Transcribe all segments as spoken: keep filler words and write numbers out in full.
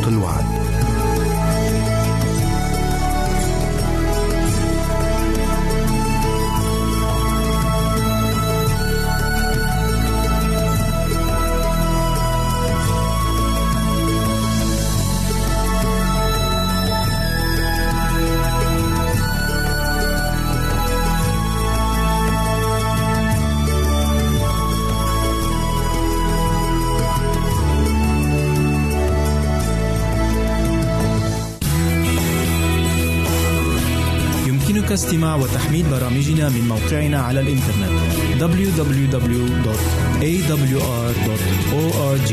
الوعد. استماع وتحميل برامجنا من موقعنا على الإنترنت دبليو دبليو دبليو دوت إيه دبليو آر دوت أو آر جي.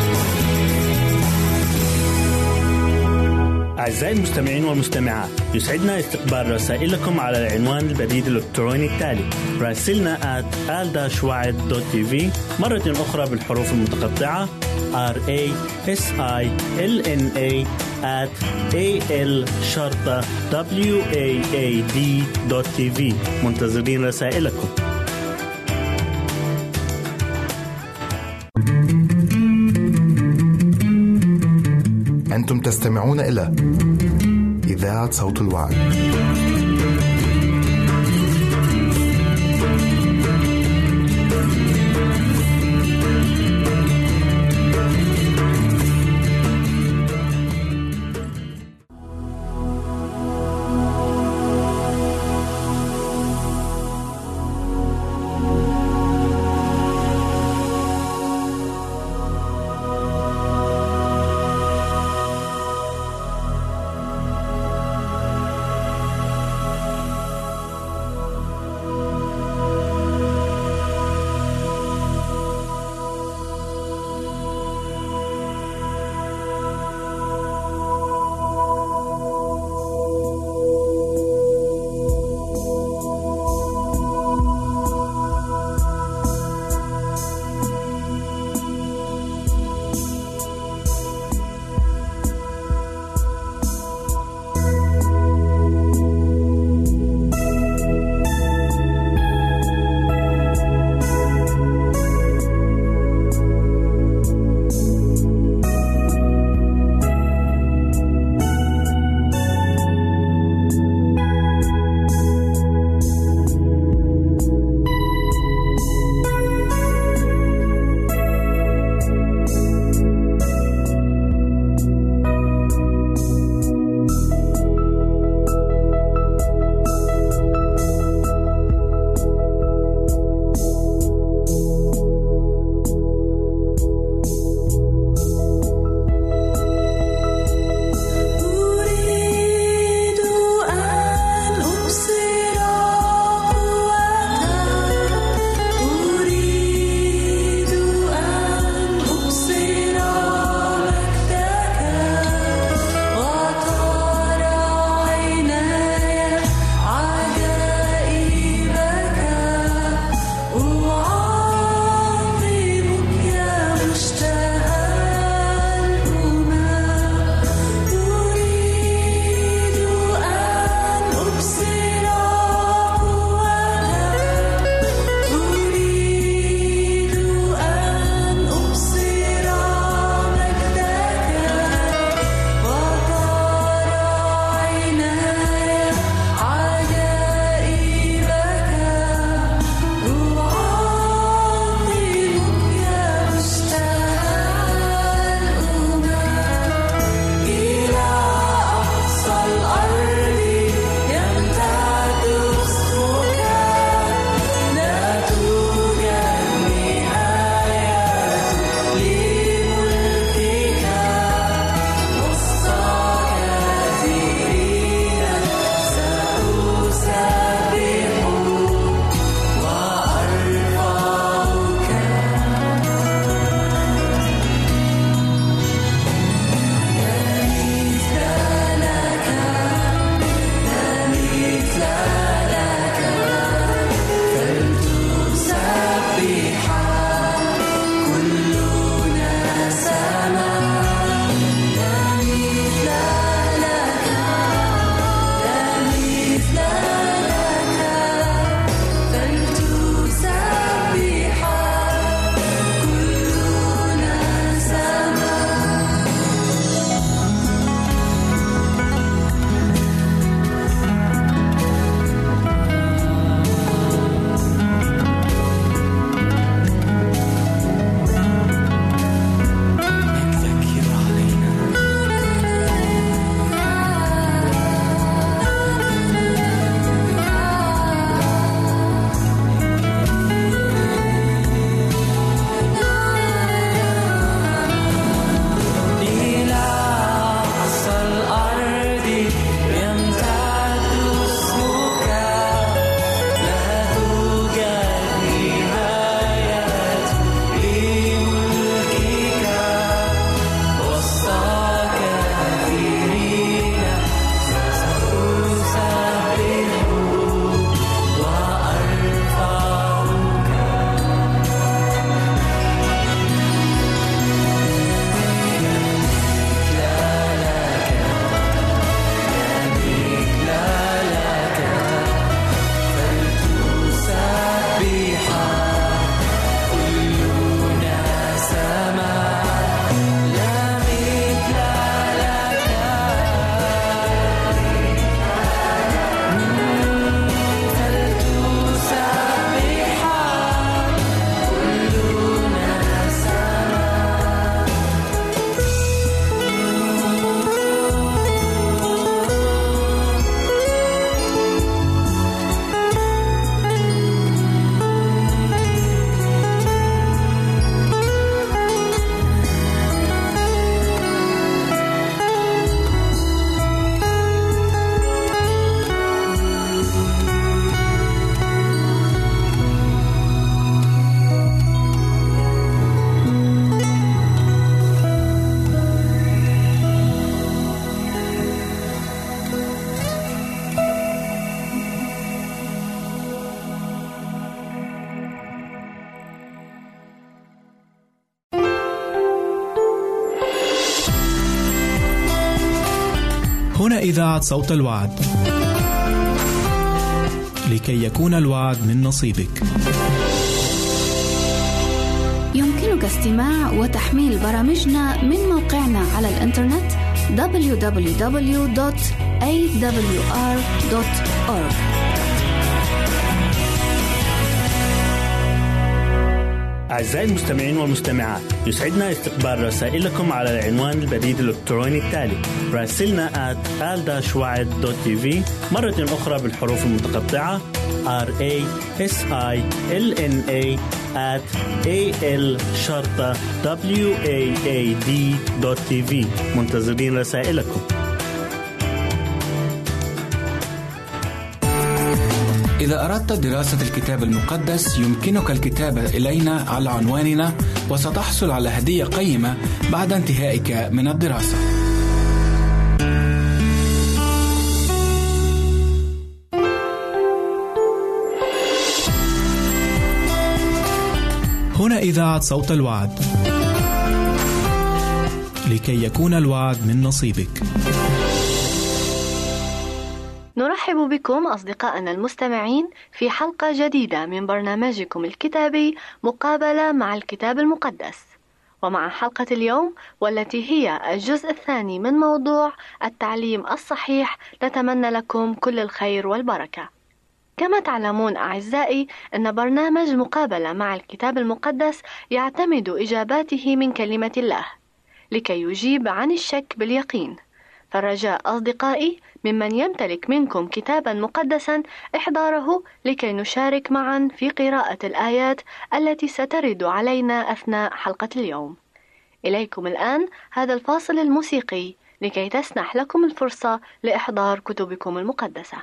أعزائي المستمعين والمستمعات، يسعدنا استقبال رسائلكم على العنوان البريد الإلكتروني التالي: راسلنا آت آل داش وعد دوت تي في، مرة أخرى بالحروف المتقطعة آر إيه إس آي إل إن إيه آت إيه إل شرطة دبليو إيه إيه دي دوت تي في. منتظرين رسائلكم. أنتم تستمعون إلى إذاعة صوت الوعد. هنا إذاعة صوت الوعد. لكي يكون الوعد من نصيبك، يمكنك استماع وتحميل برامجنا من موقعنا على الإنترنت دبليو دبليو دبليو دوت إيه دبليو آر دوت أورج. أعزائي المستمعين والمستمعات، يسعدنا استقبال رسائلكم على العنوان البريد الإلكتروني التالي: راسلنا آت آل وعد دوت تي في، مرة أخرى بالحروف المتقطعة R A S I L N A at A L شرطة W A A D دوت تي في. منتظرين رسائلكم. إذا أردت دراسة الكتاب المقدس يمكنك الكتابة إلينا على عنواننا، وستحصل على هدية قيمة بعد انتهائك من الدراسة. هنا إذاعة صوت الوعد. لكي يكون الوعد من نصيبك. نرحب بكم أصدقائنا المستمعين في حلقة جديدة من برنامجكم الكتابي مقابلة مع الكتاب المقدس، ومع حلقة اليوم والتي هي الجزء الثاني من موضوع التعليم الصحيح. نتمنى لكم كل الخير والبركة. كما تعلمون أعزائي أن برنامج مقابلة مع الكتاب المقدس يعتمد إجاباته من كلمة الله لكي يجيب عن الشك باليقين. فالرجاء أصدقائي ممن يمتلك منكم كتابا مقدسا إحضاره لكي نشارك معا في قراءة الآيات التي سترد علينا أثناء حلقة اليوم. إليكم الآن هذا الفاصل الموسيقي لكي تسنح لكم الفرصة لإحضار كتبكم المقدسة.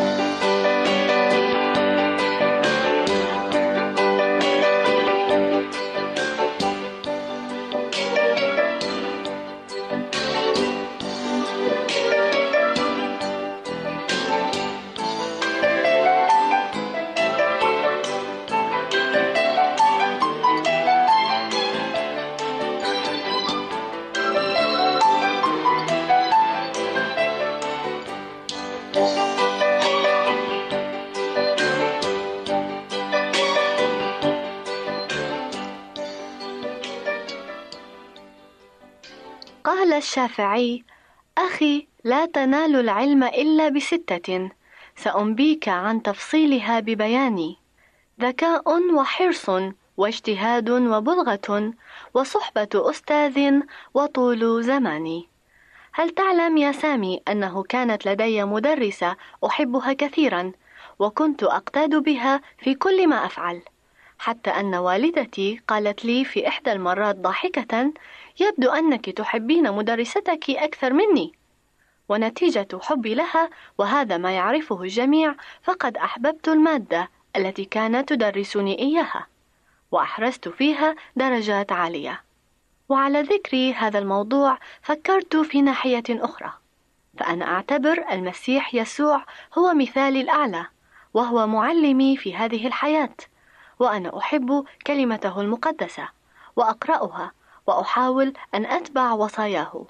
قال الشافعي: أخي لا تنال العلم إلا بستة سأنبيك عن تفصيلها ببياني: ذكاء وحرص واجتهاد وبلغة وصحبة أستاذ وطول زماني. هل تعلم يا سامي أنه كانت لدي مدرسة أحبها كثيرا، وكنت أقتاد بها في كل ما أفعل، حتى أن والدتي قالت لي في إحدى المرات ضاحكة: يبدو أنك تحبين مدرستك أكثر مني. ونتيجة حبي لها، وهذا ما يعرفه الجميع، فقد أحببت المادة التي كانت تدرسني إياها، وأحرزت فيها درجات عالية. وعلى ذكر هذا الموضوع فكرت في ناحية أخرى، فأنا أعتبر المسيح يسوع هو مثالي الأعلى، وهو معلمي في هذه الحياة، وأنا أحب كلمته المقدسة وأقرأها وأحاول أن أتبع وصاياه.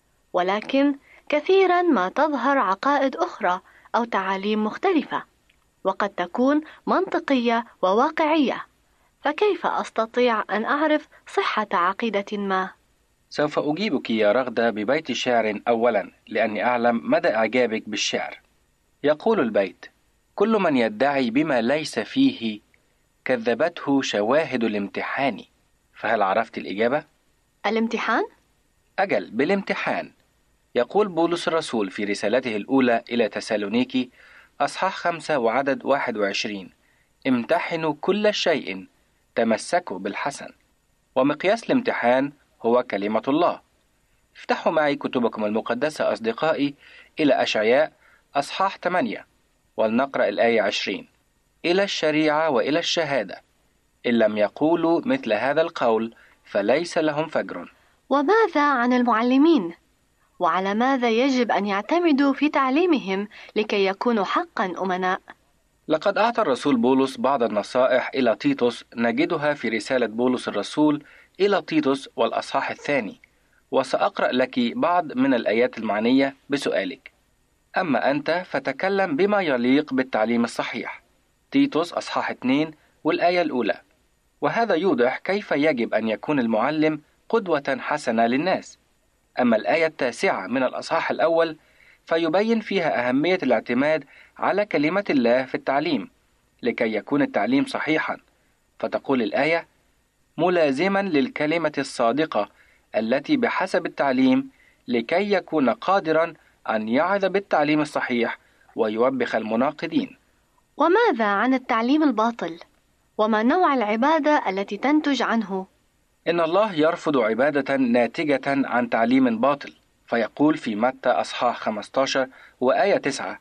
ولكن كثيرا ما تظهر عقائد أخرى أو تعاليم مختلفة، وقد تكون منطقية وواقعية. فكيف أستطيع أن أعرف صحة عقيدة ما؟ سوف أجيبك يا رغدة ببيت شعر أولا، لأني أعلم مدى إعجابك بالشعر. يقول البيت: كل من يدعي بما ليس فيه كذبته شواهد الامتحان. فهل عرفت الإجابة؟ الامتحان؟ أجل، بالامتحان. يقول بولس الرسول في رسالته الأولى إلى تسالونيكي أصحاح خمسة وعدد واحد وعشرين: امتحنوا كل شيء، تمسكوا بالحسن. ومقياس الامتحان هو كلمة الله. افتحوا معي كتبكم المقدسة أصدقائي إلى أشعياء أصحاح ثمانية، ولنقرأ الآية عشرين: إلى الشريعة وإلى الشهادة، إن لم يقولوا مثل هذا القول فليس لهم فجر. وماذا عن المعلمين؟ وعلى ماذا يجب أن يعتمدوا في تعليمهم لكي يكونوا حقا أمناء؟ لقد أعطى الرسول بولس بعض النصائح إلى تيتوس، نجدها في رسالة بولس الرسول إلى تيتوس والأصحاح الثاني، وسأقرأ لك بعض من الآيات المعنية بسؤالك. أما أنت فتكلم بما يليق بالتعليم الصحيح. تيتوس أصحاح اثنين والآية الأولى. وهذا يوضح كيف يجب أن يكون المعلم قدوة حسنة للناس. أما الآية التاسعة من الأصحاح الأول فيبين فيها أهمية الاعتماد على كلمة الله في التعليم لكي يكون التعليم صحيحا. فتقول الآية: ملازما للكلمة الصادقة التي بحسب التعليم لكي يكون قادرا أن يعظ بالتعليم الصحيح ويوبخ المناقضين. وماذا عن التعليم الباطل؟ وما نوع العبادة التي تنتج عنه؟ إن الله يرفض عبادة ناتجة عن تعليم باطل، فيقول في متى أصحاح خمسة عشر وآية تسعة: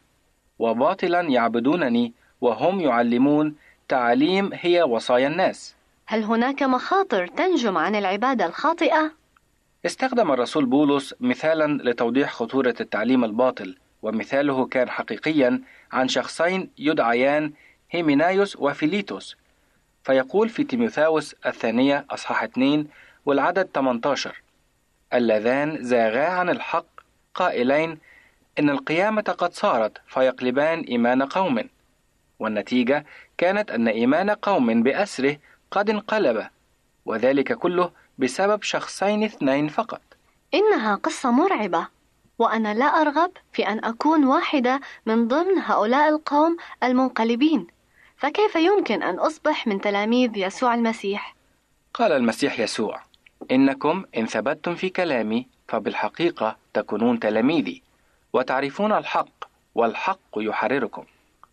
وباطلا يعبدونني وهم يعلمون تعليم هي وصايا الناس. هل هناك مخاطر تنجم عن العبادة الخاطئة؟ استخدم الرسول بولس مثالا لتوضيح خطورة التعليم الباطل، ومثاله كان حقيقيا عن شخصين يدعيان هيمينايوس وفيليتوس. فيقول في تيموثاوس الثانية أصحاح اثنين والعدد ثمانية عشر: اللذان زاغا عن الحق قائلين إن القيامة قد صارت فيقلبان إيمان قوم. والنتيجة كانت أن إيمان قوم بأسره قد انقلب، وذلك كله بسبب شخصين اثنين فقط. إنها قصة مرعبة، وأنا لا أرغب في أن أكون واحدة من ضمن هؤلاء القوم المنقلبين. فكيف يمكن أن أصبح من تلاميذ يسوع المسيح؟ قال المسيح يسوع: إنكم إن ثبتتم في كلامي فبالحقيقة تكونون تلاميذي وتعرفون الحق والحق يحرركم.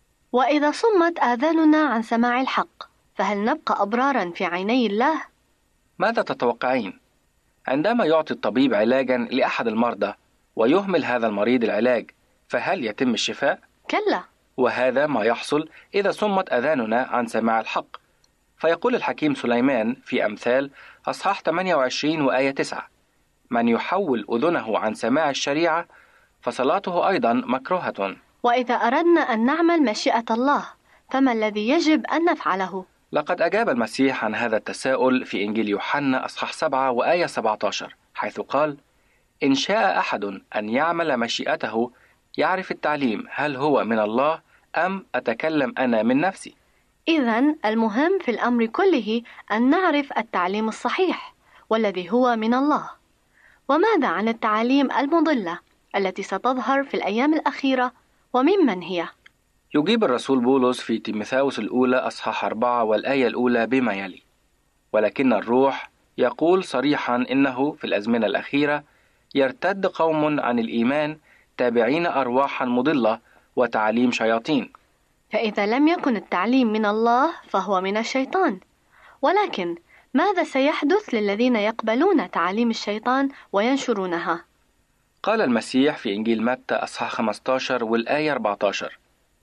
وإذا صمت آذاننا عن سماع الحق فهل نبقى أبرارا في عيني الله؟ ماذا تتوقعين؟ عندما يعطي الطبيب علاجا لأحد المرضى ويهمل هذا المريض العلاج، فهل يتم الشفاء؟ كلا. وهذا ما يحصل إذا صمت أذاننا عن سماع الحق. فيقول الحكيم سليمان في أمثال أصحاح ثمانية وعشرين وآية تسعة: من يحول أذنه عن سماع الشريعة فصلاته أيضا مكروهة. وإذا أردنا أن نعمل مشيئة الله فما الذي يجب أن نفعله؟ لقد أجاب المسيح عن هذا التساؤل في إنجيل يوحنا أصحاح سبعة وآية سبعة عشر، حيث قال: إن شاء أحد أن يعمل مشيئته يعرف التعليم هل هو من الله أم أتكلم أنا من نفسي. إذن المهم في الأمر كله أن نعرف التعليم الصحيح والذي هو من الله. وماذا عن التعاليم المضلة التي ستظهر في الأيام الأخيرة وممن هي؟ يجيب الرسول بولس في تيموثاوس الأولى أصحاح أربعة والآية الأولى بما يلي: ولكن الروح يقول صريحا إنه في الأزمنة الأخيرة يرتد قوم عن الإيمان تابعين أرواحا مضلة وتعاليم شياطين. فإذا لم يكن التعليم من الله فهو من الشيطان. ولكن ماذا سيحدث للذين يقبلون تعاليم الشيطان وينشرونها؟ قال المسيح في إنجيل متى أصحاح خمسة عشر والآية أربعة عشر: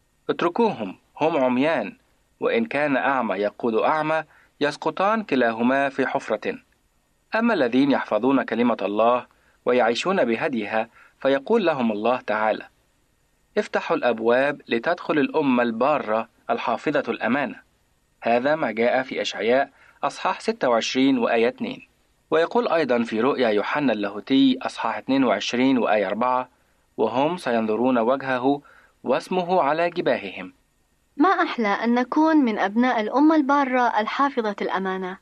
اتركوهم هم عميان، وإن كان أعمى يقود أعمى يسقطان كلاهما في حفرة. أما الذين يحفظون كلمة الله ويعيشون بهديها فيقول لهم الله تعالى: افتحوا الأبواب لتدخل الأمة البارة الحافظة الأمانة. هذا ما جاء في أشعياء أصحاح ستة وعشرين وآية اثنين. ويقول أيضا في رؤيا يوحنا اللاهوتي أصحاح اثنين وعشرين وآية أربعة: وهم سينظرون وجهه واسمه على جباههم. ما أحلى أن نكون من أبناء الأمة البارة الحافظة الأمانة.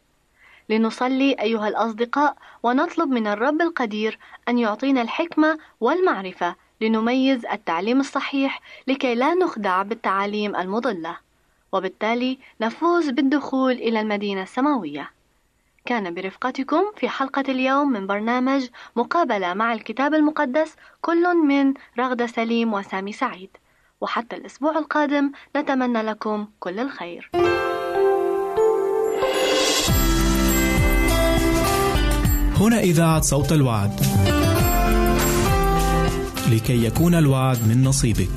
لنصلي أيها الأصدقاء ونطلب من الرب القدير أن يعطينا الحكمة والمعرفة لنميز التعليم الصحيح لكي لا نخدع بالتعاليم المضلة، وبالتالي نفوز بالدخول إلى المدينة السماوية. كان برفقتكم في حلقة اليوم من برنامج مقابلة مع الكتاب المقدس كل من رغدة سليم وسامي سعيد. وحتى الأسبوع القادم نتمنى لكم كل الخير. هنا إذاعة صوت الوعد، لكي يكون الوعد من نصيبك.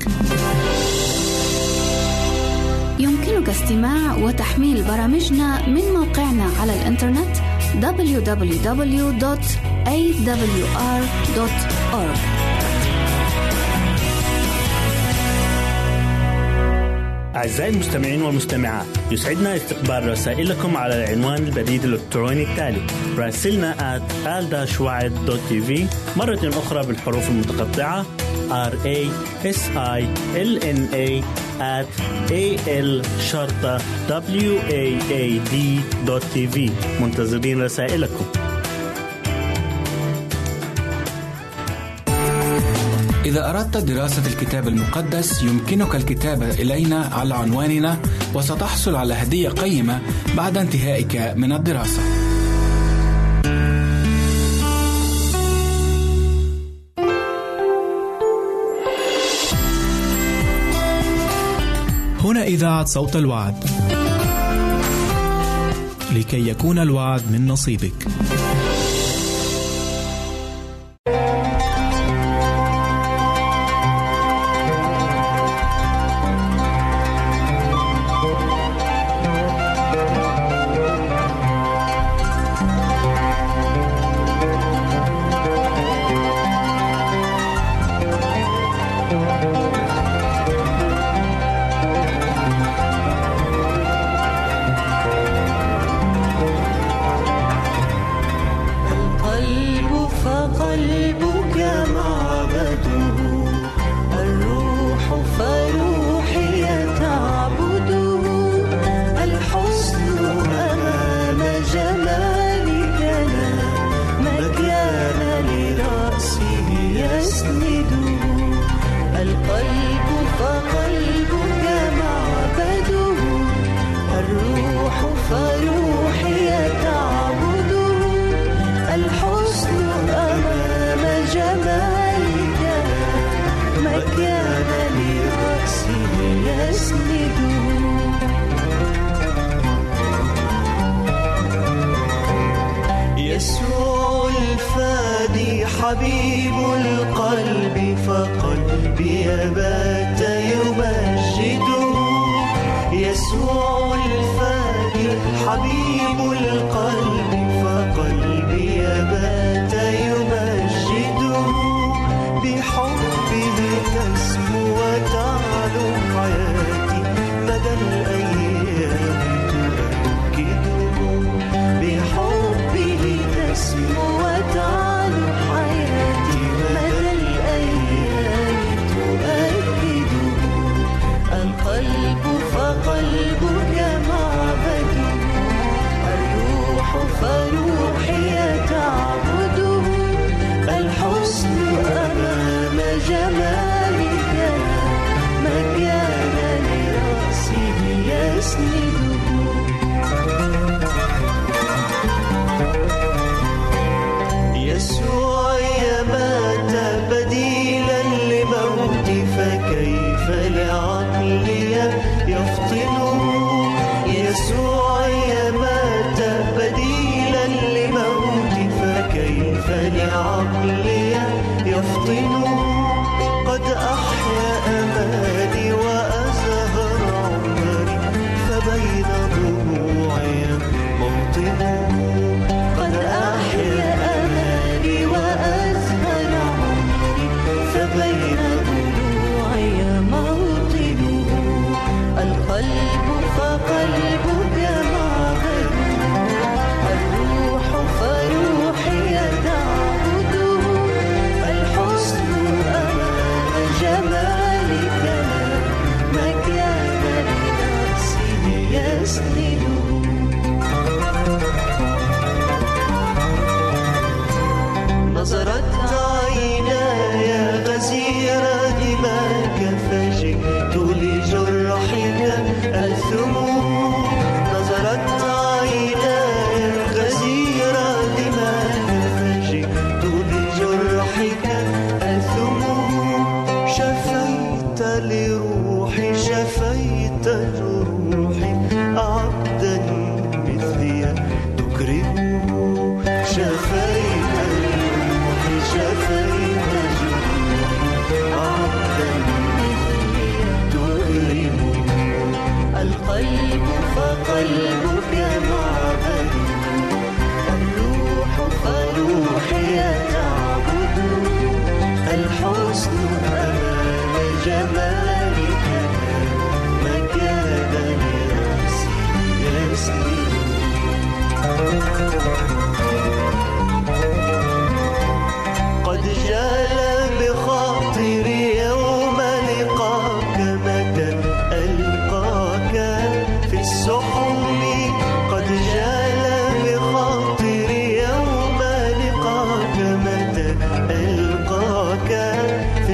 يمكنك استماع وتحميل برامجنا من موقعنا على الإنترنت دبليو دبليو دبليو دوت إيه دبليو آر دوت أورج. أعزائي المستمعين والمستمعات، يسعدنا استقبال رسائلكم على العنوان البريد الإلكتروني التالي: راسلنا آت آل داش وعد دوت تي في، مرة أخرى بالحروف المتقطعة آر إيه إس آي إل إن إيه آت إيه إل شرطة دبليو إيه إيه دي دوت تي في. منتظرين رسائلكم. إذا أردت دراسة الكتاب المقدس يمكنك الكتابة إلينا على عنواننا، وستحصل على هدية قيمة بعد انتهائك من الدراسة. هنا إذاعة صوت الوعد، لكي يكون الوعد من نصيبك. حبيب القلب فقلبي بات يمجده، يسوع الفادي حبيب القلب فقلبي بات يمجده، بحبه تسمو وتعلو حياتي مدى الأيام تؤكده، بحبه تسمو وتعلو حياتي مدى الأيام تؤكده، القلب فقلبك معبده، الروح فروحي تعبده، الحسن أمام جمالك مكان لرأسه يسنده. يسوع مات بديلا لموتي فكيف لعقلي يفطنه، يسوع مات بديلا لموتي فكيف لعقلي يفطنه، قد أحيا أمالي وأزهر عمري فبين ضلوعي موطنه، قد أحيا أمالي وأزهر عمري فبين ضلوعي موطنه، القلب فقلبك معبده، الروح فروحي تعبده، الحسن أمام جمالك مكان لرأسه يسنده. نظرت عيناي غزير دماك فجئت لجرحك ألثمه، نظرت عيناي غزير دماك فجئت لجرحك ألثمه، شفيت لروحي شفيت جروحي عبدا مثلي تكرمه، شفيت لروحي شفيت جروحي عبدا مثلي تكرمه، القلب فقلبك معبده، الروح فروحي تعبده، الحسن أمام جمالك مكان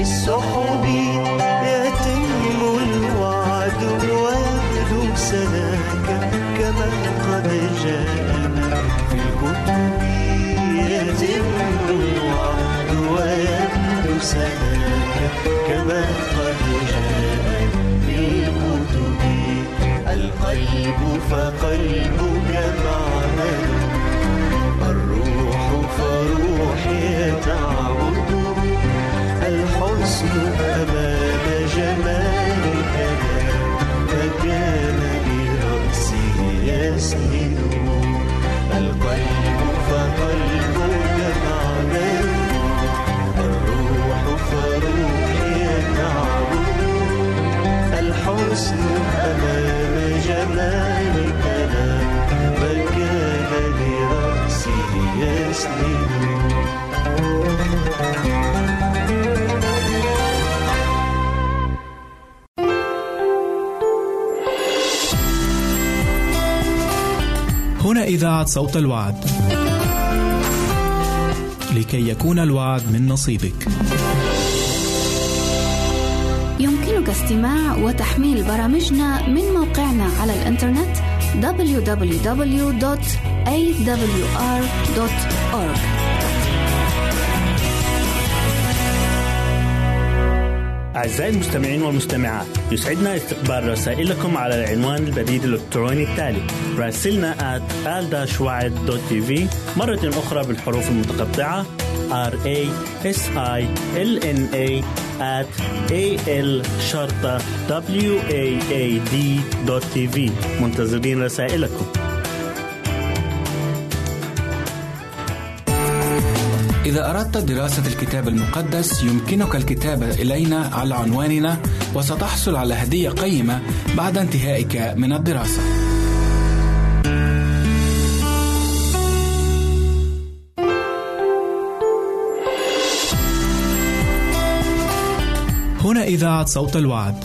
السحب يتم الوعد ويبدو سناك كما قد جاءنا في الكتب. يتم الوعد ويبدو سناك كما قد جاءنا في الكتب. القلب فقلبك معبد، الروح فروحي تعبد. الحسن أمام جمالك فكان برأسه يسند. القلب فقلبك معبد، الروح فروحي تعبد. الحسن أمام جمالك فكان برأسه يسند. هنا إذاعة صوت الوعد. لكي يكون الوعد من نصيبك، يمكنك استماع وتحميل برامجنا من موقعنا على الإنترنت دبليو دبليو دبليو دوت إيه دبليو آر دوت أورج. أعزائي المستمعين والمستمعات، يسعدنا استقبال رسائلكم على العنوان البريد الإلكتروني التالي: راسلنا آت آل داش وعد دوت تي في، مرة أخرى بالحروف المتقطعة آر إيه إس آي إل إن إيه آت إيه إل شرطة دبليو إيه إيه دي دوت تي في. منتظرين رسائلكم. إذا أردت دراسة الكتاب المقدس يمكنك الكتابة إلينا على عنواننا، وستحصل على هدية قيمة بعد انتهائك من الدراسة. هنا إذاعة صوت الوعد.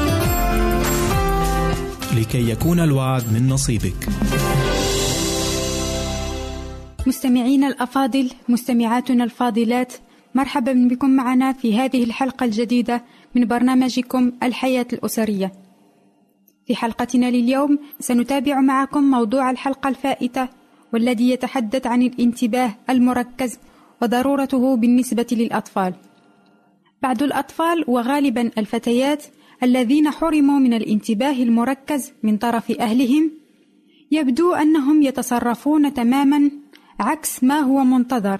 لكي يكون الوعد من نصيبك. مستمعين الأفاضل، مستمعاتنا الفاضلات، مرحبا بكم معنا في هذه الحلقة الجديدة من برنامجكم الحياة الأسرية. في حلقتنا لليوم سنتابع معكم موضوع الحلقة الفائتة، والذي يتحدث عن الانتباه المركز وضرورته بالنسبة للأطفال. بعض الأطفال وغالبا الفتيات الذين حرموا من الانتباه المركز من طرف أهلهم يبدو أنهم يتصرفون تماما عكس ما هو منتظر.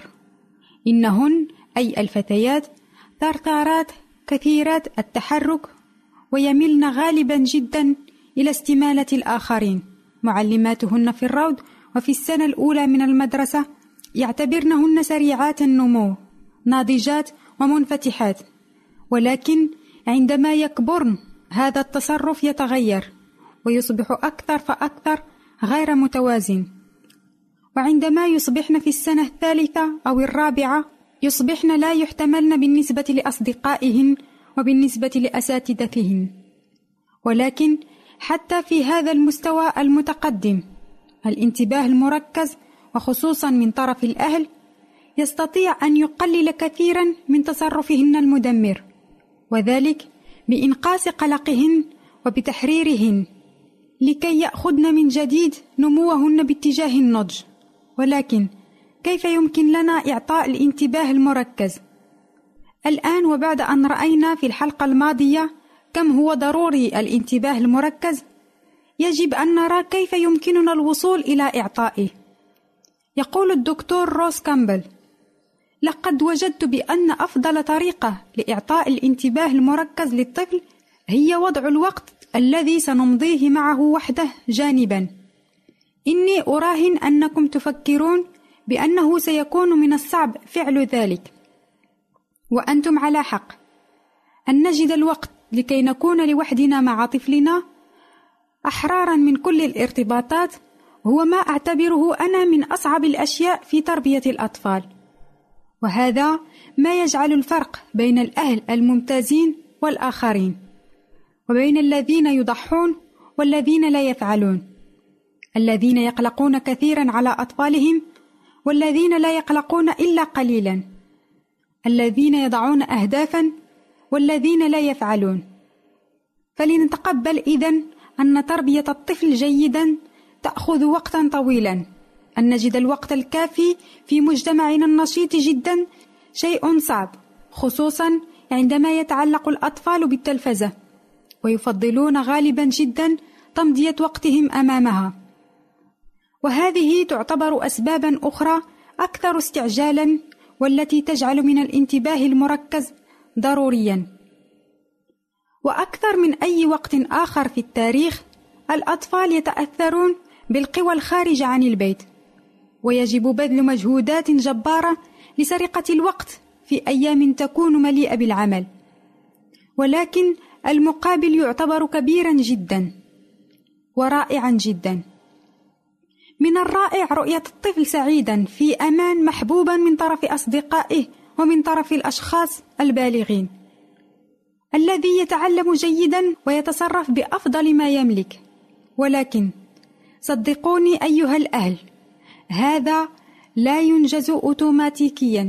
إنهن أي الفتيات ثرثارات كثيرات التحرك، ويملن غالبا جدا إلى استمالة الآخرين. معلماتهن في الروض وفي السنة الأولى من المدرسة يعتبرنهن سريعات النمو، ناضجات ومنفتحات، ولكن عندما يكبرن هذا التصرف يتغير ويصبح أكثر فأكثر غير متوازن. وعندما يصبحن في السنة الثالثة أو الرابعة يصبحن لا يحتملن بالنسبة لأصدقائهن وبالنسبة لأساتذتهن. ولكن حتى في هذا المستوى المتقدم الانتباه المركز، وخصوصا من طرف الأهل، يستطيع أن يقلل كثيرا من تصرفهن المدمر، وذلك بإنقاص قلقهن وبتحريرهن لكي يأخذن من جديد نموهن باتجاه النضج. ولكن كيف يمكن لنا إعطاء الانتباه المركز؟ الآن وبعد أن رأينا في الحلقة الماضية كم هو ضروري الانتباه المركز، يجب أن نرى كيف يمكننا الوصول إلى إعطائه. يقول الدكتور روس كامبل: لقد وجدت بأن أفضل طريقة لإعطاء الانتباه المركز للطفل هي وضع الوقت الذي سنمضيه معه وحده جانبا. إني أراهن أنكم تفكرون بأنه سيكون من الصعب فعل ذلك، وأنتم على حق. أن نجد الوقت لكي نكون لوحدنا مع طفلنا أحرارا من كل الارتباطات هو ما أعتبره أنا من أصعب الأشياء في تربية الأطفال، وهذا ما يجعل الفرق بين الأهل الممتازين والآخرين، وبين الذين يضحون والذين لا يفعلون، الذين يقلقون كثيرا على أطفالهم والذين لا يقلقون إلا قليلا، الذين يضعون أهدافا والذين لا يفعلون. فلنتقبل إذن أن تربية الطفل جيدا تأخذ وقتا طويلا. أن نجد الوقت الكافي في مجتمعنا النشيط جدا شيء صعب، خصوصا عندما يتعلق الأطفال بالتلفزة، ويفضلون غالبا جدا تمضية وقتهم أمامها. وهذه تعتبر أسبابا أخرى أكثر استعجالا، والتي تجعل من الانتباه المركز ضروريا. وأكثر من أي وقت آخر في التاريخ الأطفال يتأثرون بالقوى الخارجة عن البيت، ويجب بذل مجهودات جبارة لسرقة الوقت في أيام تكون مليئة بالعمل. ولكن المقابل يعتبر كبيرا جدا ورائعا جدا. من الرائع رؤية الطفل سعيدا في أمان محبوبا من طرف أصدقائه ومن طرف الأشخاص البالغين، الذي يتعلم جيدا ويتصرف بأفضل ما يملك. ولكن صدقوني أيها الأهل، هذا لا ينجز أوتوماتيكيا.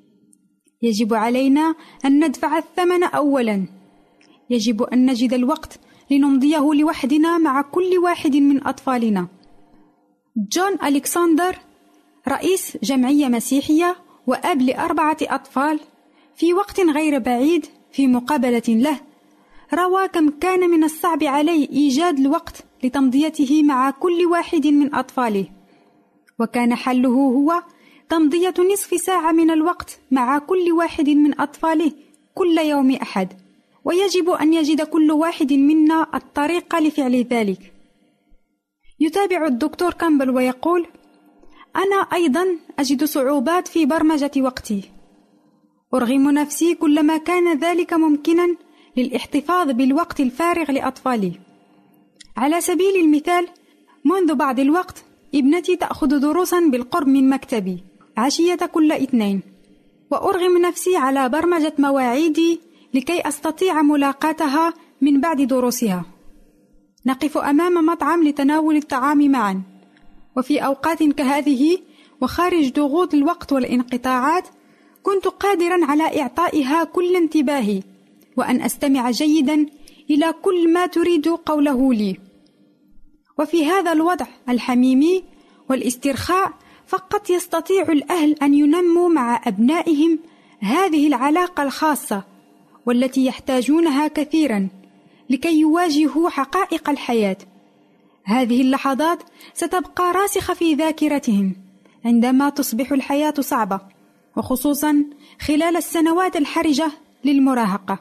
يجب علينا أن ندفع الثمن أولا. يجب أن نجد الوقت لنمضيه لوحدنا مع كل واحد من أطفالنا. جون ألكسندر، رئيس جمعية مسيحية وأب لأربعة أطفال، في وقت غير بعيد في مقابلة له روى كم كان من الصعب عليه إيجاد الوقت لتمضيته مع كل واحد من أطفاله، وكان حله هو تمضية نصف ساعة من الوقت مع كل واحد من أطفاله كل يوم أحد. ويجب أن يجد كل واحد منا الطريقة لفعل ذلك. يتابع الدكتور كامبل ويقول: أنا أيضا أجد صعوبات في برمجة وقتي. أرغم نفسي كلما كان ذلك ممكنا للاحتفاظ بالوقت الفارغ لأطفالي. على سبيل المثال، منذ بعض الوقت ابنتي تأخذ دروسا بالقرب من مكتبي عشية كل اثنين، وأرغم نفسي على برمجة مواعيدي لكي أستطيع ملاقاتها من بعد دروسها. نقف أمام مطعم لتناول الطعام معا، وفي أوقات كهذه وخارج ضغوط الوقت والانقطاعات كنت قادرا على إعطائها كل انتباهي، وأن أستمع جيدا إلى كل ما تريد قوله لي. وفي هذا الوضع الحميمي والاسترخاء فقط يستطيع الأهل أن ينموا مع أبنائهم هذه العلاقة الخاصة، والتي يحتاجونها كثيرا لكي يواجهوا حقائق الحياة. هذه اللحظات ستبقى راسخة في ذاكرتهم عندما تصبح الحياة صعبة، وخصوصا خلال السنوات الحرجة للمراهقة.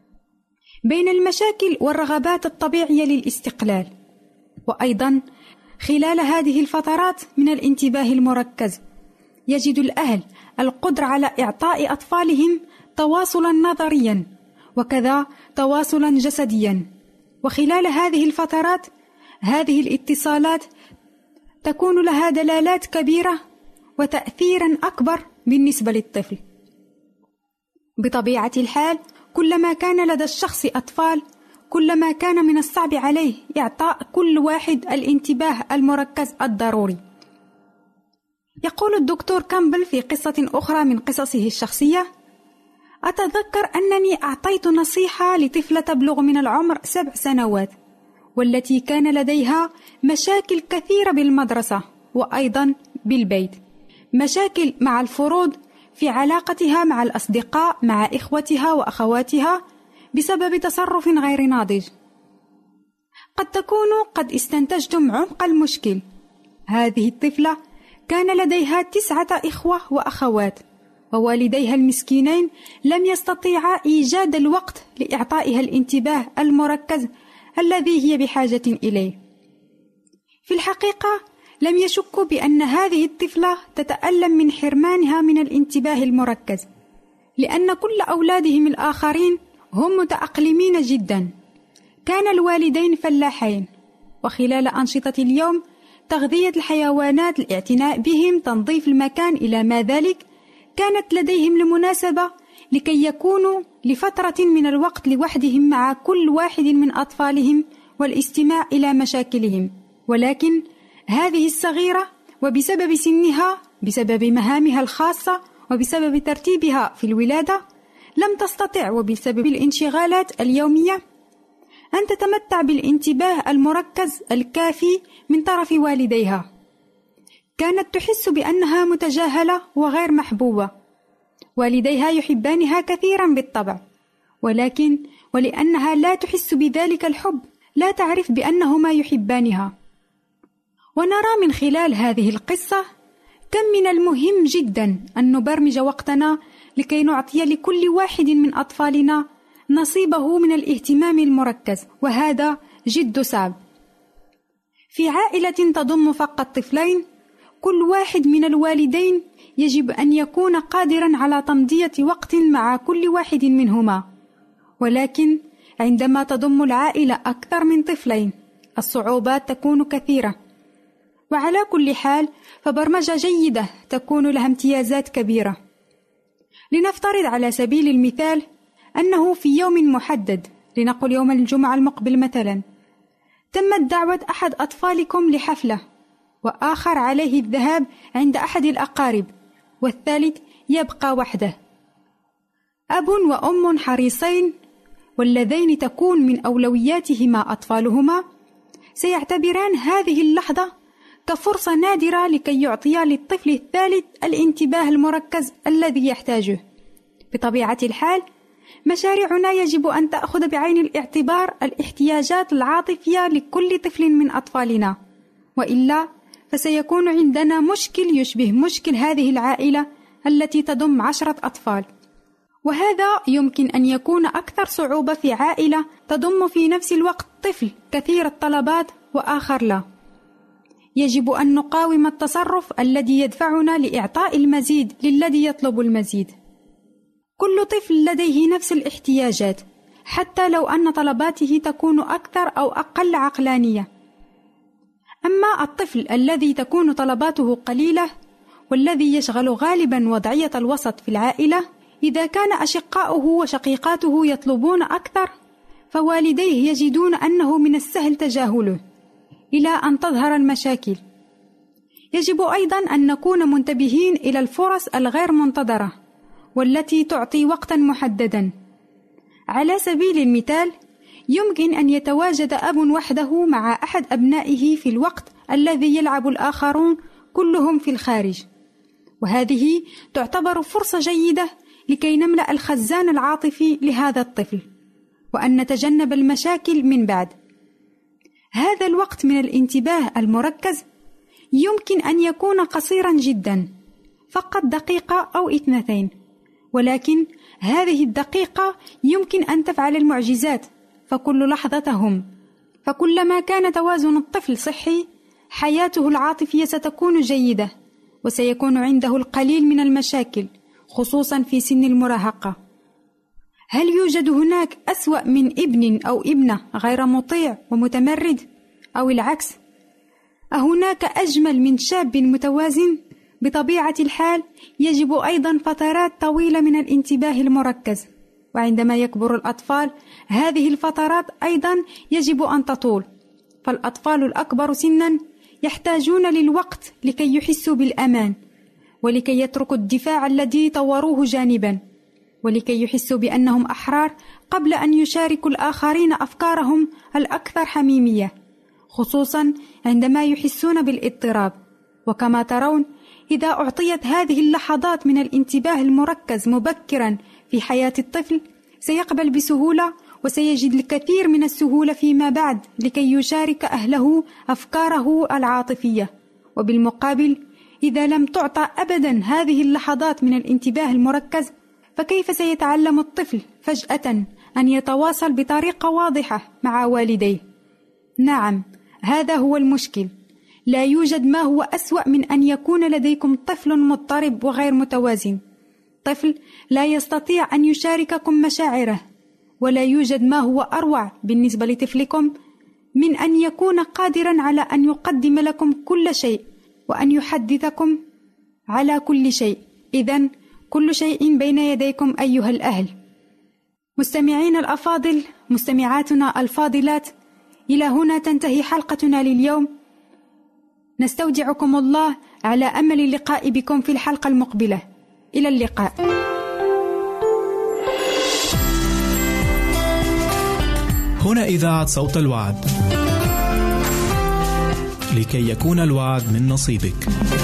بين المشاكل والرغبات الطبيعية للاستقلال، وأيضا خلال هذه الفترات من الانتباه المركز، يجد الأهل القدرة على إعطاء أطفالهم تواصلا نظريا وكذا تواصلا جسديا. وخلال هذه الفترات هذه الاتصالات تكون لها دلالات كبيرة وتأثيرا أكبر بالنسبة للطفل. بطبيعة الحال، كلما كان لدى الشخص أطفال كلما كان من الصعب عليه إعطاء كل واحد الانتباه المركز الضروري. يقول الدكتور كامبل في قصة أخرى من قصصه الشخصية: أتذكر أنني أعطيت نصيحة لطفلة تبلغ من العمر سبع سنوات، والتي كان لديها مشاكل كثيرة بالمدرسة وأيضا بالبيت، مشاكل مع الفروض، في علاقتها مع الأصدقاء، مع إخوتها وأخواتها، بسبب تصرف غير ناضج. قد تكونوا قد استنتجتم عمق المشكل. هذه الطفلة كان لديها تسعة إخوة وأخوات، ووالديها المسكينين لم يستطيعا إيجاد الوقت لإعطائها الانتباه المركز الذي هي بحاجة إليه. في الحقيقة لم يشكوا بأن هذه الطفلة تتألم من حرمانها من الانتباه المركز، لأن كل أولادهم الآخرين هم متأقلمين جدا. كان الوالدين فلاحين، وخلال أنشطة اليوم تغذية الحيوانات، الاعتناء بهم، تنظيف المكان إلى ما ذلك، كانت لديهم المناسبة لكي يكونوا لفترة من الوقت لوحدهم مع كل واحد من أطفالهم والاستماع إلى مشاكلهم. ولكن هذه الصغيرة وبسبب سنها، بسبب مهامها الخاصة، وبسبب ترتيبها في الولادة، لم تستطع وبسبب الانشغالات اليومية أن تتمتع بالانتباه المركز الكافي من طرف والديها. كانت تحس بأنها متجاهلة وغير محبوبة. والديها يحبانها كثيرا بالطبع، ولكن ولأنها لا تحس بذلك الحب لا تعرف بأنهما يحبانها. ونرى من خلال هذه القصة كم من المهم جدا أن نبرمج وقتنا لكي نعطي لكل واحد من أطفالنا نصيبه من الاهتمام المركز، وهذا جد صعب. في عائلة تضم فقط طفلين، كل واحد من الوالدين يجب أن يكون قادرا على تمضية وقت مع كل واحد منهما، ولكن عندما تضم العائلة أكثر من طفلين الصعوبات تكون كثيرة. وعلى كل حال فبرمجة جيدة تكون لها امتيازات كبيرة. لنفترض على سبيل المثال أنه في يوم محدد، لنقل يوم الجمعة المقبل مثلا، تمت دعوة أحد أطفالكم لحفلة، وآخر عليه الذهاب عند أحد الأقارب، والثالث يبقى وحده. أب وأم حريصين واللذين تكون من أولوياتهما أطفالهما سيعتبران هذه اللحظة كفرصة نادرة لكي يعطيا للطفل الثالث الانتباه المركز الذي يحتاجه. بطبيعة الحال مشاريعنا يجب أن تأخذ بعين الاعتبار الاحتياجات العاطفية لكل طفل من أطفالنا، وإلا فسيكون عندنا مشكل يشبه مشكل هذه العائلة التي تضم عشرة أطفال. وهذا يمكن أن يكون أكثر صعوبة في عائلة تضم في نفس الوقت طفل كثير الطلبات وآخر لا. يجب أن نقاوم التصرف الذي يدفعنا لإعطاء المزيد للذي يطلب المزيد. كل طفل لديه نفس الاحتياجات، حتى لو أن طلباته تكون أكثر أو أقل عقلانية. أما الطفل الذي تكون طلباته قليلة والذي يشغل غالبا وضعية الوسط في العائلة، إذا كان أشقاؤه وشقيقاته يطلبون أكثر فوالديه يجدون أنه من السهل تجاهله إلى أن تظهر المشاكل. يجب أيضا أن نكون منتبهين إلى الفرص الغير منتظرة والتي تعطي وقتا محددا. على سبيل المثال، يمكن أن يتواجد أب وحده مع أحد أبنائه في الوقت الذي يلعب الآخرون كلهم في الخارج، وهذه تعتبر فرصة جيدة لكي نملأ الخزان العاطفي لهذا الطفل وأن نتجنب المشاكل من بعد. هذا الوقت من الانتباه المركز يمكن أن يكون قصيرا جدا، فقط دقيقة أو اثنتين، ولكن هذه الدقيقة يمكن أن تفعل المعجزات، فكل لحظة تهم. فكلما كان توازن الطفل صحي حياته العاطفية ستكون جيدة، وسيكون عنده القليل من المشاكل خصوصا في سن المراهقة. هل يوجد هناك أسوأ من ابن أو ابنة غير مطيع ومتمرد؟ أو العكس؟ أهناك أجمل من شاب متوازن؟ بطبيعة الحال يجب أيضا فترات طويلة من الانتباه المركز، وعندما يكبر الأطفال هذه الفترات أيضا يجب أن تطول. فالأطفال الأكبر سنا يحتاجون للوقت لكي يحسوا بالأمان، ولكي يتركوا الدفاع الذي طوروه جانبا، ولكي يحسوا بأنهم أحرار قبل أن يشاركوا الآخرين أفكارهم الأكثر حميمية، خصوصا عندما يحسون بالاضطراب. وكما ترون، إذا أعطيت هذه اللحظات من الانتباه المركز مبكرا في حياة الطفل سيقبل بسهولة، وسيجد الكثير من السهولة فيما بعد لكي يشارك أهله أفكاره العاطفية. وبالمقابل، إذا لم تعطى أبدا هذه اللحظات من الانتباه المركز، فكيف سيتعلم الطفل فجأة أن يتواصل بطريقة واضحة مع والديه؟ نعم، هذا هو المشكل. لا يوجد ما هو أسوأ من أن يكون لديكم طفل مضطرب وغير متوازن، طفل لا يستطيع أن يشارككم مشاعره. ولا يوجد ما هو أروع بالنسبة لطفلكم من أن يكون قادرا على أن يقدم لكم كل شيء وأن يحدثكم على كل شيء. إذن كل شيء بين يديكم أيها الأهل. مستمعين الأفاضل، مستمعاتنا الفاضلات، إلى هنا تنتهي حلقتنا لليوم. نستودعكم الله على أمل اللقاء بكم في الحلقة المقبلة. إلى اللقاء. هنا إذاعة صوت الوعد. لكي يكون الوعد من نصيبك،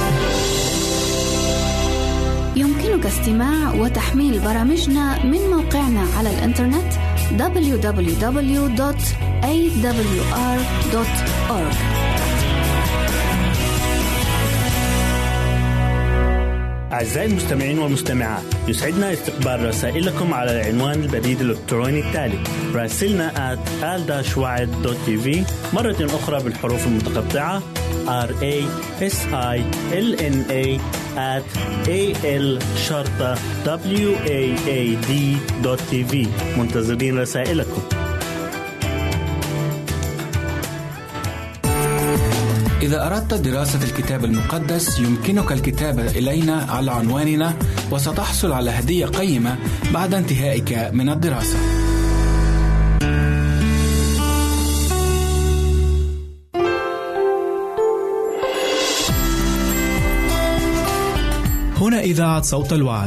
يمكنك استماع وتحميل برامجنا من موقعنا على الإنترنت دبليو دبليو دبليو دوت إيه دبليو آر دوت أورج. أعزائي المستمعين والمستمعات، يسعدنا استقبال رسائلكم على العنوان البريد الإلكتروني التالي: راسلنا آت آل داش وعد دوت تي في، مرة أخرى بالحروف المتقطعة آر إيه إس آي إل إن إيه آت إيه إل شرطة دبليو إيه إيه دي دوت تي في. منتظرين رسائلكم. إذا أردت دراسة الكتاب المقدس يمكنك الكتابة إلينا على عنواننا، وستحصل على هدية قيمة بعد انتهائك من الدراسة. هنا إذاعة صوت الوعد.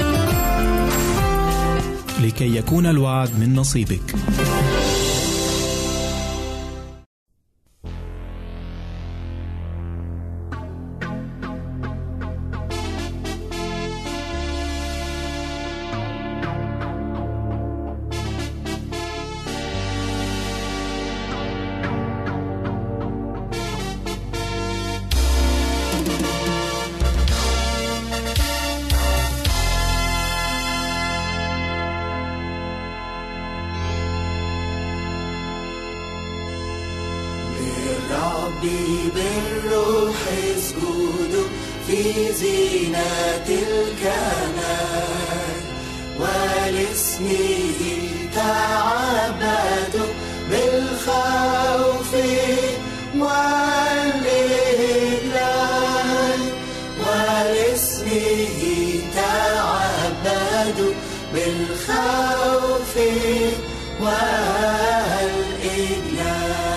لكي يكون الوعد من نصيبك. بالروح اسجدوا في زينة الكمال، ولاسمه تعبدوا بالخوف والإجلال، ولاسمه تعبدوا بالخوف والإجلال.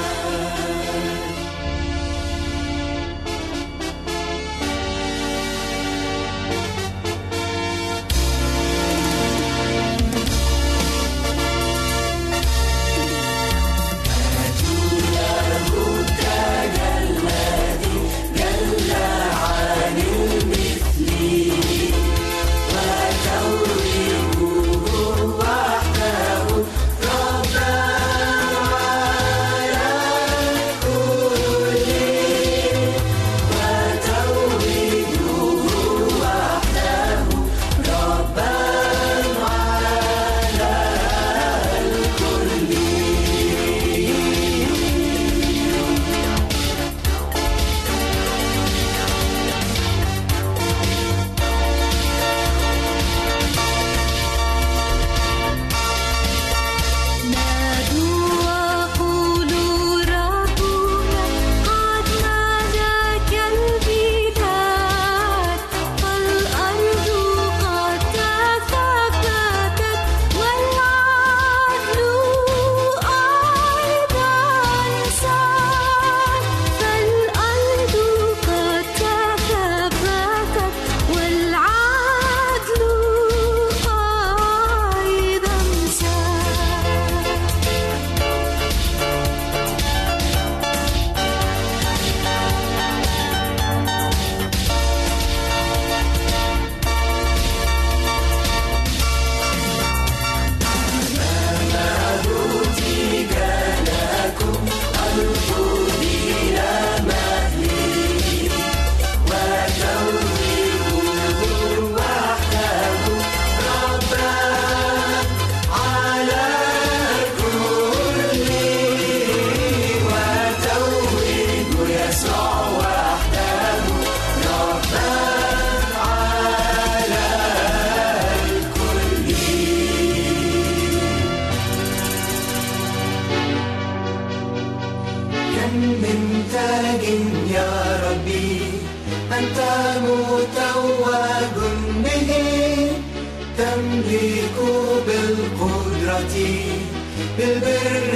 بالبر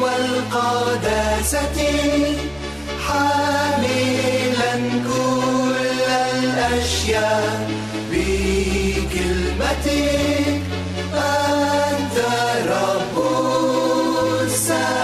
والقداسة حاملا كل الأشياء بكلمتك أنت رب السماء.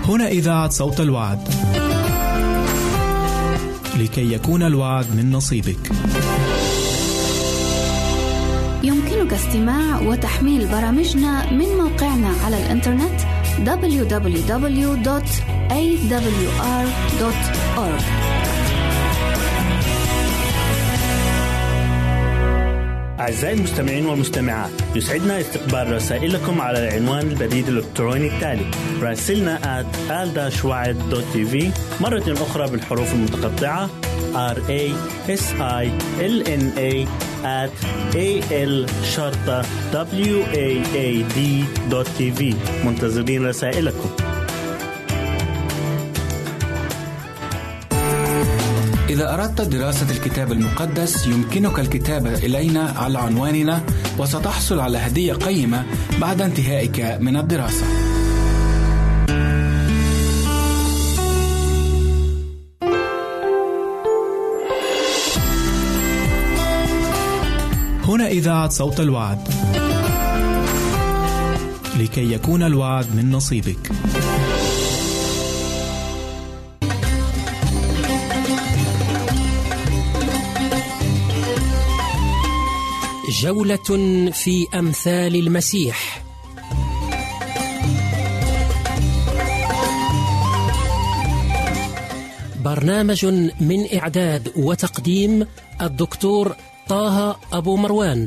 هنا إذاعة صوت الوعد. لكي يكون الوعد من نصيبك، يمكنك استماع وتحميل برامجنا من موقعنا على الإنترنت دبليو دبليو دبليو دوت إيه دبليو آر دوت أورج. أعزائي المستمعين والمستمعات، يسعدنا استقبال رسائلكم على العنوان البريد الإلكتروني التالي: راسلنا آت آل داش وعد دوت تي في، مرة أخرى بالحروف المتقطعة آر إيه إس آي إل إن إيه آت إيه إل شرطة دبليو إيه إيه دي دوت تي في. منتظرين رسائلكم. إذا أردت دراسة الكتاب المقدس يمكنك الكتابة إلينا على عنواننا، وستحصل على هدية قيمة بعد انتهائك من الدراسة. هنا إذاعة صوت الوعد. لكي يكون الوعد من نصيبك. جولة في أمثال المسيح. برنامج من إعداد وتقديم الدكتور طه أبو مروان.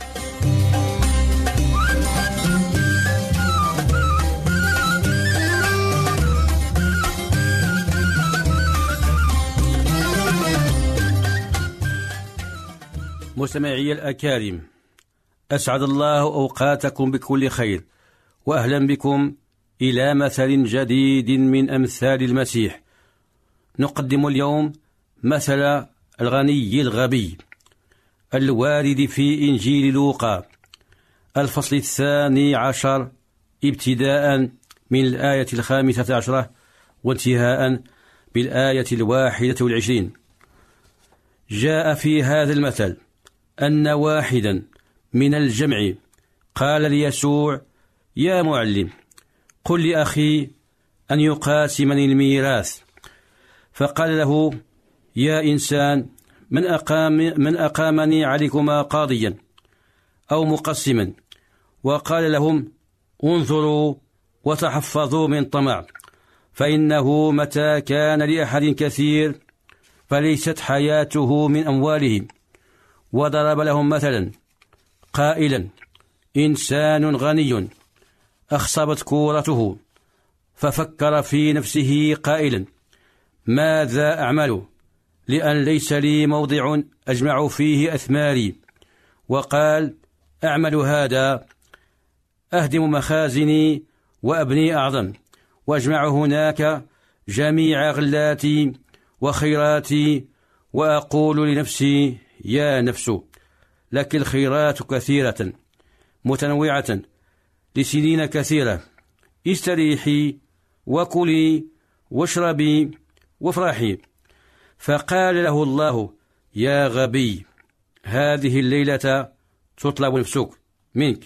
مستمعي الأكارم، أسعد الله أوقاتكم بكل خير، وأهلا بكم إلى مثل جديد من أمثال المسيح. نقدم اليوم مثل الغني الغبي الوارد في إنجيل لوقا الفصل الثاني عشر ابتداء من الآية الخامسة عشرة وانتهاء بالآية الواحدة والعشرين. جاء في هذا المثل أن واحدا من الجمع قال ليسوع: يا معلم، قل لأخي أن يقاسمني الميراث. فقال له: يا إنسان، من أقام من أقامني عليكما قاضيا أو مقسما؟ وقال لهم: انظروا وتحفظوا من طمع، فإنه متى كان لأحد كثير فليست حياته من أمواله. وضرب لهم مثلا قائلا: إنسان غني أخصبت كورته، ففكر في نفسه قائلا: ماذا أعمل لأن ليس لي موضع أجمع فيه أثماري؟ وقال: أعمل هذا: أهدم مخازني وأبني أعظم، وأجمع هناك جميع غلاتي وخيراتي، وأقول لنفسي: يا نفس، لك الخيرات كثيرة متنوعة لسنين كثيرة، استريحي وكلي واشربي وافرحي. فقال له الله: يا غبي، هذه الليلة تطلب نفسك منك،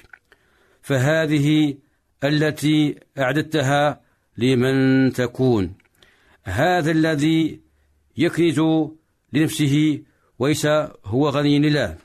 فهذه التي أعددتها لمن تكون. هذا الذي يكنز لنفسه وليس هو غني لله.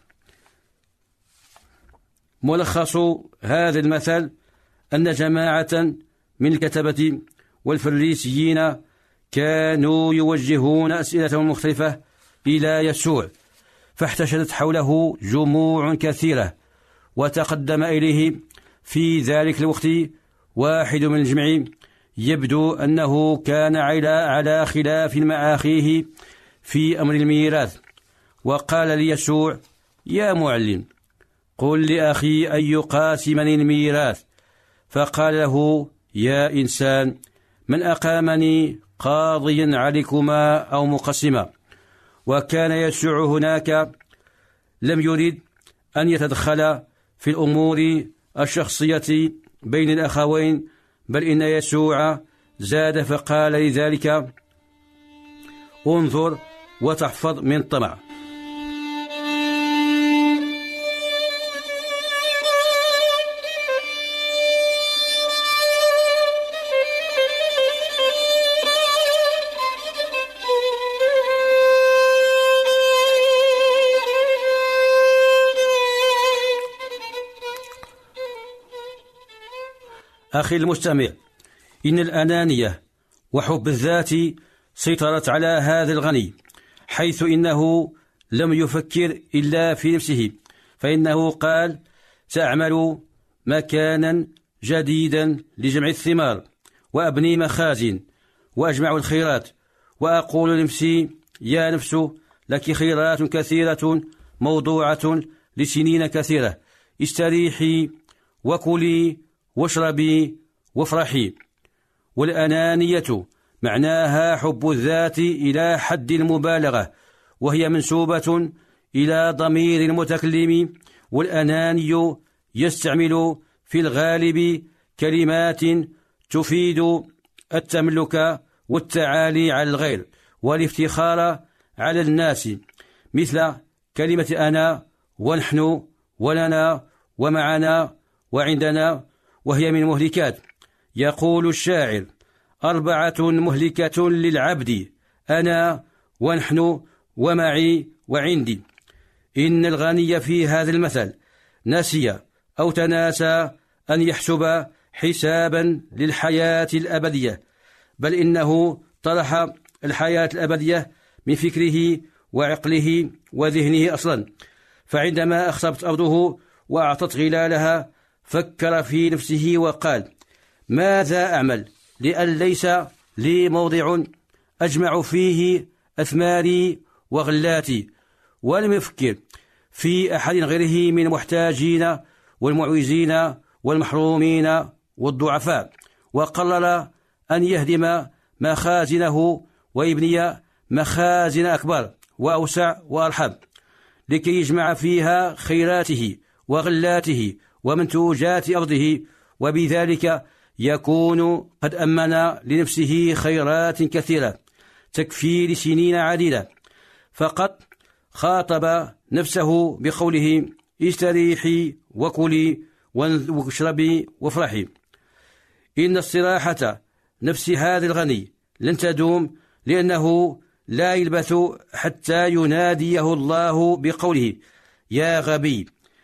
ملخص هذا المثل أن جماعة من الكتبة والفريسيين كانوا يوجهون أسئلة مختلفة إلى يسوع، فاحتشدت حوله جموع كثيرة. وتقدم إليه في ذلك الوقت واحد من الجمع يبدو أنه كان على خلاف مع أخيه في أمر الميراث، وقال ليسوع: يا معلم، قل لأخي أن يقاسمني الميراث. فقال له: يا إنسان، من أقامني قاضيا عليكما أو مقسما؟ وكان يسوع هناك لم يرد أن يتدخل في الأمور الشخصية بين الأخوين، بل إن يسوع زاد فقال لذلك: انظر وتحفظ من طمع. أخي المستمع، إن الأنانية وحب الذات سيطرت على هذا الغني، حيث إنه لم يفكر إلا في نفسه، فإنه قال: سأعمل مكانا جديدا لجمع الثمار وأبني مخازن وأجمع الخيرات، وأقول لنفسي: يا نفس، لك خيرات كثيرة موضوعة لسنين كثيرة، استريحي وكلي واشربي وافرحي. والأنانية معناها حب الذات إلى حد المبالغة، وهي منسوبة إلى ضمير المتكلم، والأناني يستعمل في الغالب كلمات تفيد التملك والتعالي على الغير والافتخار على الناس، مثل كلمة أنا ونحن ولنا ومعنا وعندنا، وهي من مهلكات. يقول الشاعر: أربعة مهلكة للعبد، أنا ونحن ومعي وعندي. إن الغني في هذا المثل نسي أو تناسى أن يحسب حسابا للحياة الأبدية، بل إنه طرح الحياة الأبدية من فكره وعقله وذهنه أصلا. فعندما أخصبت أرضه وأعطت غلالها فكر في نفسه وقال: ماذا أعمل لأن ليس لي موضع أجمع فيه أثماري وغلاتي؟ ولم يفكر في أحد غيره من المحتاجين والمعوزين والمحرومين والضعفاء، وقرر أن يهدم مخازنه ويبني مخازن أكبر وأوسع وأرحب، لكي يجمع فيها خيراته وغلاته ومنتوجات أرضه، وبذلك يكون قد أمن لنفسه خيرات كثيرة تكفي لسنين عديدة. فقط خاطب نفسه بقوله: استريحي وكلي واشربي وافرحي. إن استراحة نفس هذا الغني لن تدوم، لأنه لا يلبث حتى يناديه الله بقوله: يا غبي،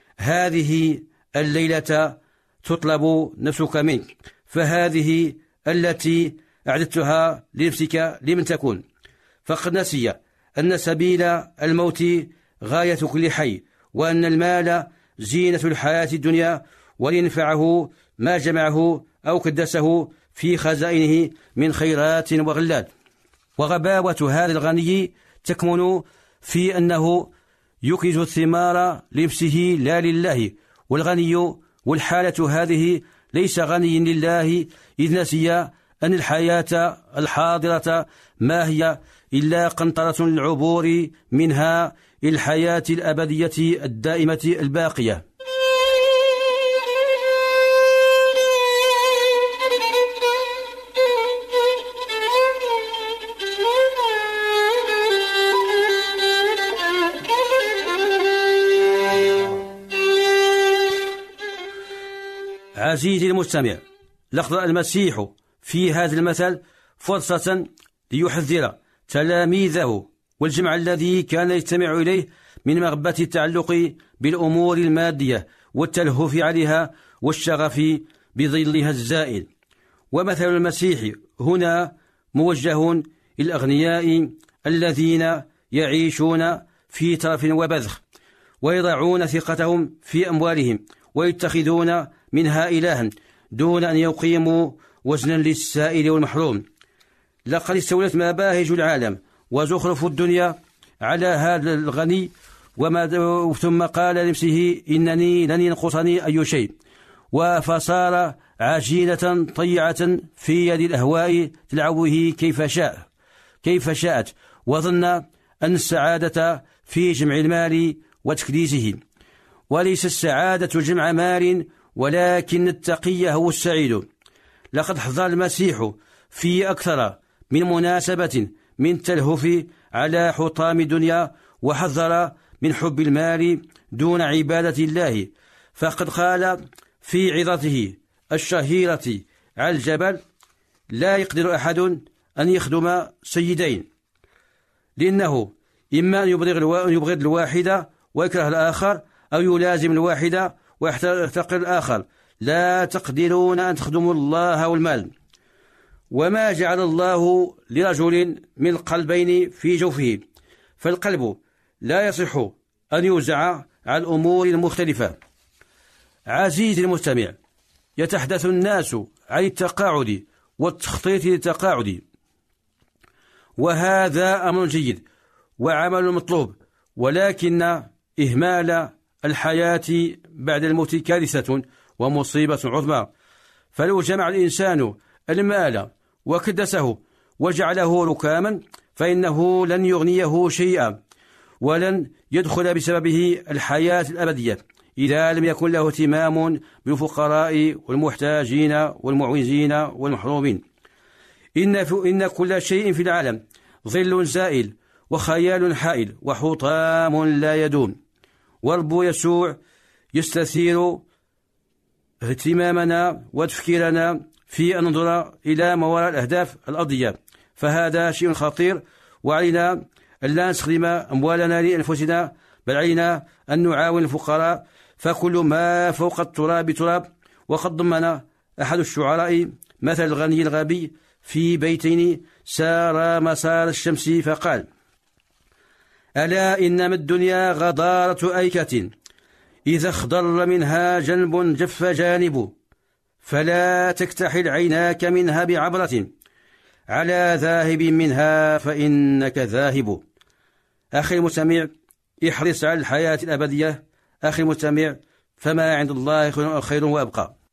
هذه الليلة تطلب نفسك منك، فهذه التي أعددتها لنفسك لمن تكون. فقد نسي أن سبيل الموت غاية كل حي، وأن المال زينة الحياة الدنيا، ولينفعه ما جمعه أو كدسه في خزائنه من خيرات وغلات. وغباوة هذا الغني تكمن في أنه يكنز الثمار لنفسه لا لله. والغني والحالة هذه ليس غني لله، إذ نسي أن الحياة الحاضرة ما هي إلا قنطرة العبور منها إلى الحياة الأبدية الدائمة الباقية. عزيزي المستمع، لقد المسيح في هذا المثل فرصة ليحذر تلاميذه والجمع الذي كان يجتمع إليه من مغبة التعلق بالأمور المادية والتلهف عليها والشغف بظلها الزائل. ومثل المسيح هنا موجه للأغنياء الذين يعيشون في ترف وبذخ، ويضعون ثقتهم في أموالهم ويتخذون منها إلها دون أن يقيموا وزنا للسائل والمحروم. لقد استولت مباهج العالم وزخرف الدنيا على هذا الغني، وما ثم قال لنفسه: إنني لن ينقصني أي شيء، فصار عجينة طيعة في يد الأهواء تلعبه كيف شاء كيف شاءت، وظن أن السعادة في جمع المال وتكديسه. وليس السعادة جمع مال، ولكن التقي هو السعيد. لقد حذر المسيح في أكثر من مناسبة من التلهف على حطام الدنيا، وحذر من حب المال دون عبادة الله. فقد قال في عظته الشهيرة على الجبل: لا يقدر أحد أن يخدم سيدين، لأنه إما أن يبغض الواحدة ويكره الآخر، أو يلازم الواحدة ويحتقر الآخر. لا تقدرون أن تخدموا الله والمال. وما جعل الله لرجل من قلبين في جوفه، فالقلب لا يصح أن يوزع على الأمور المختلفة. عزيزي المستمع، يتحدث الناس عن التقاعد والتخطيط للتقاعد، وهذا أمر جيد وعمل مطلوب، ولكن إهمال الحياة بعد الموت كارثة ومصيبة عظمى. فلو جمع الإنسان المال وكدسه وجعله ركاما فإنه لن يغنيه شيئا، ولن يدخل بسببه الحياة الأبدية إذا لم يكن له اهتمام بالفقراء والمحتاجين والمعوزين والمحرومين. إن, إن كل شيء في العالم ظل زائل وخيال حائل وحطام لا يدوم. ورب يسوع يستثير اهتمامنا وتفكيرنا في أن ننظر إلى ما وراء الأهداف الأرضية، فهذا شيء خطير، وعلينا أن لا نستخدم أموالنا لأنفسنا، بل علينا أن نعاون الفقراء، فكل ما فوق التراب تراب. وقد ضمن أحد الشعراء مثل الغني الغبي في بيتين سار مسار الشمس فقال: ألا إنما الدنيا غضارة أيكة، إذا اخضر منها جنب جف جانب، فلا تكتحل عيناك منها بعبرة، على ذاهب منها فإنك ذاهب. أخي المستمع، احرص على الحياة الأبدية. أخي المستمع، فما عند الله خير وأبقى.